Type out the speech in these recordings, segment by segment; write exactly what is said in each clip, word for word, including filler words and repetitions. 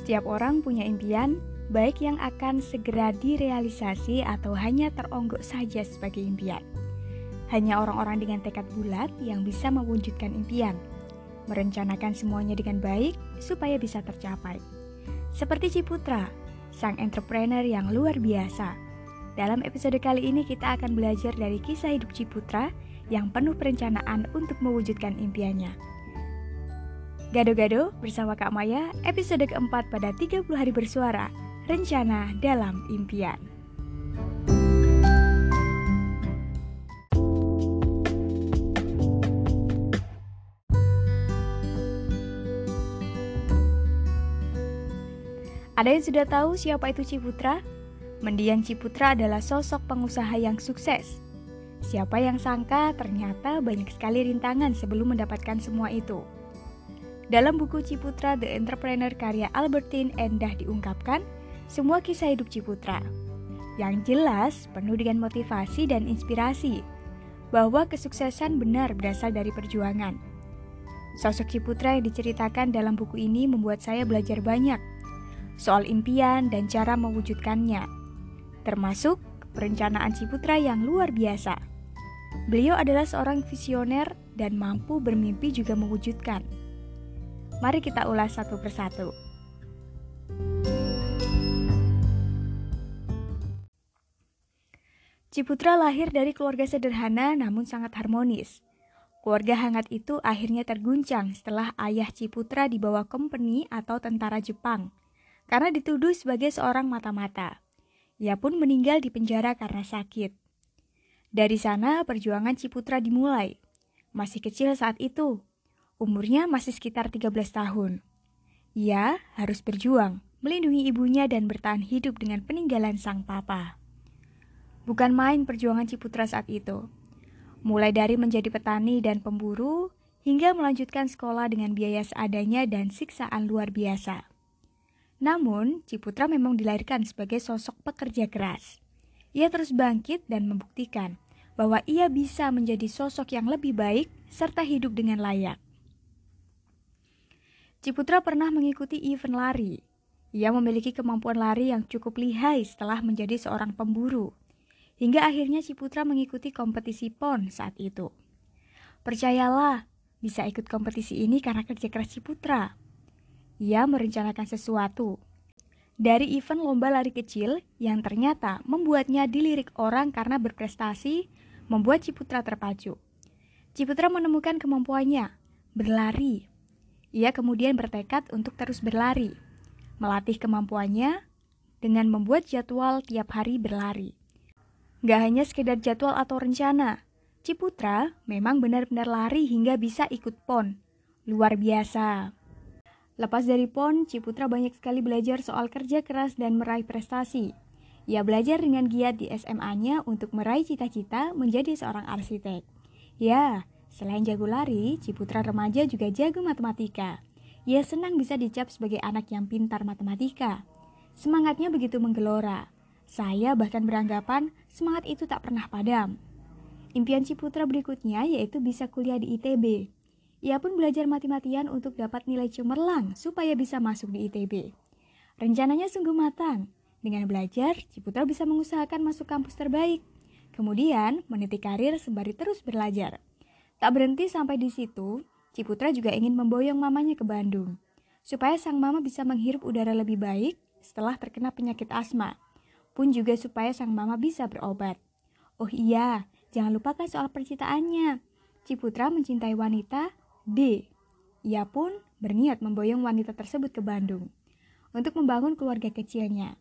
Setiap orang punya impian, baik yang akan segera direalisasi atau hanya teronggok saja sebagai impian. Hanya orang-orang dengan tekad bulat yang bisa mewujudkan impian, merencanakan semuanya dengan baik supaya bisa tercapai. Seperti Ciputra, sang entrepreneur yang luar biasa. Dalam episode kali ini kita akan belajar dari kisah hidup Ciputra yang penuh perencanaan untuk mewujudkan impiannya. Gado-gado bersama Kak Maya, episode keempat pada tiga puluh hari bersuara, rencana dalam impian. Ada yang sudah tahu siapa itu Ciputra? Mendiang Ciputra adalah sosok pengusaha yang sukses. Siapa yang sangka ternyata banyak sekali rintangan sebelum mendapatkan semua itu. Dalam buku Ciputra The Entrepreneur karya Albertine Endah diungkapkan semua kisah hidup Ciputra. Yang jelas penuh dengan motivasi dan inspirasi bahwa kesuksesan benar berasal dari perjuangan. Sosok Ciputra yang diceritakan dalam buku ini membuat saya belajar banyak soal impian dan cara mewujudkannya, termasuk perencanaan Ciputra yang luar biasa. Beliau adalah seorang visioner dan mampu bermimpi juga mewujudkan. Mari kita ulas satu persatu. Ciputra lahir dari keluarga sederhana namun sangat harmonis. Keluarga hangat itu akhirnya terguncang setelah ayah Ciputra dibawa kompeni atau tentara Jepang karena dituduh sebagai seorang mata-mata. Ia pun meninggal di penjara karena sakit. Dari sana perjuangan Ciputra dimulai. Masih kecil saat itu, umurnya masih sekitar tiga belas tahun. Ia harus berjuang, melindungi ibunya dan bertahan hidup dengan peninggalan sang papa. Bukan main perjuangan Ciputra saat itu. Mulai dari menjadi petani dan pemburu, hingga melanjutkan sekolah dengan biaya seadanya dan siksaan luar biasa. Namun, Ciputra memang dilahirkan sebagai sosok pekerja keras. Ia terus bangkit dan membuktikan bahwa ia bisa menjadi sosok yang lebih baik serta hidup dengan layak. Ciputra pernah mengikuti event lari. Ia memiliki kemampuan lari yang cukup lihai setelah menjadi seorang pemburu. Hingga akhirnya Ciputra mengikuti kompetisi P O N saat itu. Percayalah, bisa ikut kompetisi ini karena kerja keras Ciputra. Ia merencanakan sesuatu. Dari event lomba lari kecil yang ternyata membuatnya dilirik orang karena berprestasi, membuat Ciputra terpacu. Ciputra menemukan kemampuannya, berlari. Ia kemudian bertekad untuk terus berlari, melatih kemampuannya dengan membuat jadwal tiap hari berlari. Gak hanya sekedar jadwal atau rencana, Ciputra memang benar-benar lari hingga bisa ikut P O N. Luar biasa. Lepas dari P O N, Ciputra banyak sekali belajar soal kerja keras dan meraih prestasi. Ia belajar dengan giat di S M A-nya untuk meraih cita-cita menjadi seorang arsitek. Ya, selain jago lari, Ciputra remaja juga jago matematika. Ia senang bisa dicap sebagai anak yang pintar matematika. Semangatnya begitu menggelora. Saya bahkan beranggapan semangat itu tak pernah padam. Impian Ciputra berikutnya yaitu bisa kuliah di I T B. Ia pun belajar mati-matian untuk dapat nilai cemerlang supaya bisa masuk di I T B. Rencananya sungguh matang. Dengan belajar, Ciputra bisa mengusahakan masuk kampus terbaik. Kemudian, meniti karir sembari terus belajar. Tak berhenti sampai di situ, Ciputra juga ingin memboyong mamanya ke Bandung, supaya sang mama bisa menghirup udara lebih baik setelah terkena penyakit asma, pun juga supaya sang mama bisa berobat. Oh iya, jangan lupakan soal percintaannya. Ciputra mencintai wanita D. Ia pun berniat memboyong wanita tersebut ke Bandung untuk membangun keluarga kecilnya.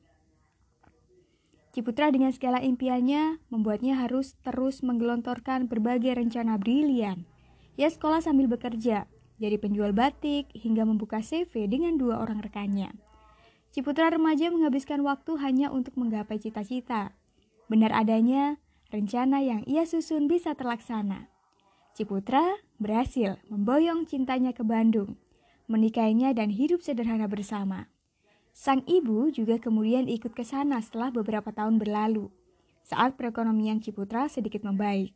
Ciputra dengan segala impiannya membuatnya harus terus menggelontorkan berbagai rencana brilian. Ia sekolah sambil bekerja, jadi penjual batik hingga membuka C V dengan dua orang rekannya. Ciputra remaja menghabiskan waktu hanya untuk menggapai cita-cita. Benar adanya, rencana yang ia susun bisa terlaksana. Ciputra berhasil memboyong cintanya ke Bandung, menikahinya dan hidup sederhana bersama. Sang ibu juga kemudian ikut ke sana setelah beberapa tahun berlalu, saat perekonomian Ciputra sedikit membaik.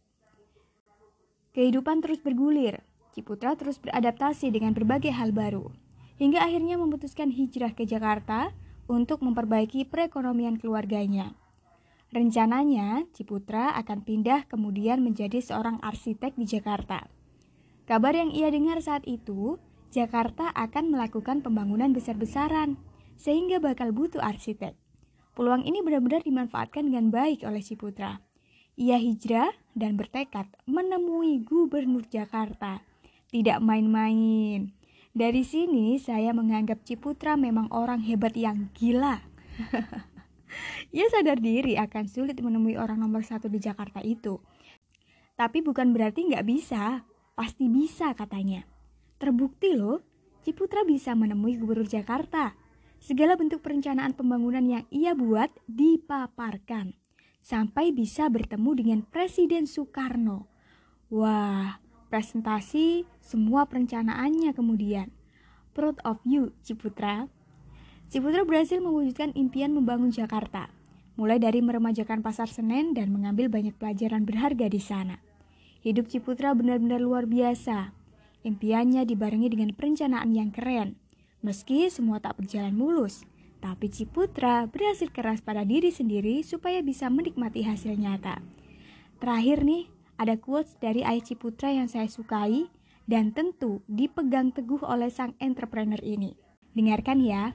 Kehidupan terus bergulir, Ciputra terus beradaptasi dengan berbagai hal baru, hingga akhirnya memutuskan hijrah ke Jakarta untuk memperbaiki perekonomian keluarganya. Rencananya, Ciputra akan pindah kemudian menjadi seorang arsitek di Jakarta. Kabar yang ia dengar saat itu, Jakarta akan melakukan pembangunan besar-besaran, sehingga bakal butuh arsitek. Peluang ini benar-benar dimanfaatkan dengan baik oleh Ciputra. Ia hijrah dan bertekad menemui Gubernur Jakarta. Tidak main-main. Dari sini saya menganggap Ciputra memang orang hebat yang gila. Ia sadar diri akan sulit menemui orang nomor satu di Jakarta itu. Tapi bukan berarti nggak bisa. Pasti bisa katanya. Terbukti loh, Ciputra bisa menemui Gubernur Jakarta. Segala bentuk perencanaan pembangunan yang ia buat dipaparkan. Sampai bisa bertemu dengan Presiden Soekarno. Wah, presentasi semua perencanaannya kemudian. Proud of you, Ciputra. Ciputra berhasil mewujudkan impian membangun Jakarta. Mulai dari meremajakan Pasar Senen dan mengambil banyak pelajaran berharga di sana. Hidup Ciputra benar-benar luar biasa. Impiannya dibarengi dengan perencanaan yang keren. Meski semua tak berjalan mulus, tapi Ciputra berhasil keras pada diri sendiri supaya bisa menikmati hasil nyata. Terakhir nih, ada quotes dari ayah Ciputra yang saya sukai dan tentu dipegang teguh oleh sang entrepreneur ini. Dengarkan ya.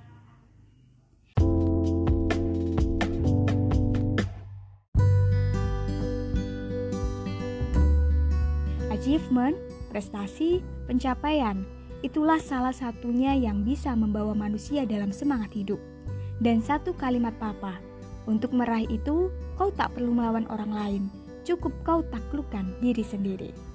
Achievement, prestasi, pencapaian, itulah salah satunya yang bisa membawa manusia dalam semangat hidup. Dan satu kalimat papa, untuk meraih itu, kau tak perlu melawan orang lain, cukup kau taklukkan diri sendiri.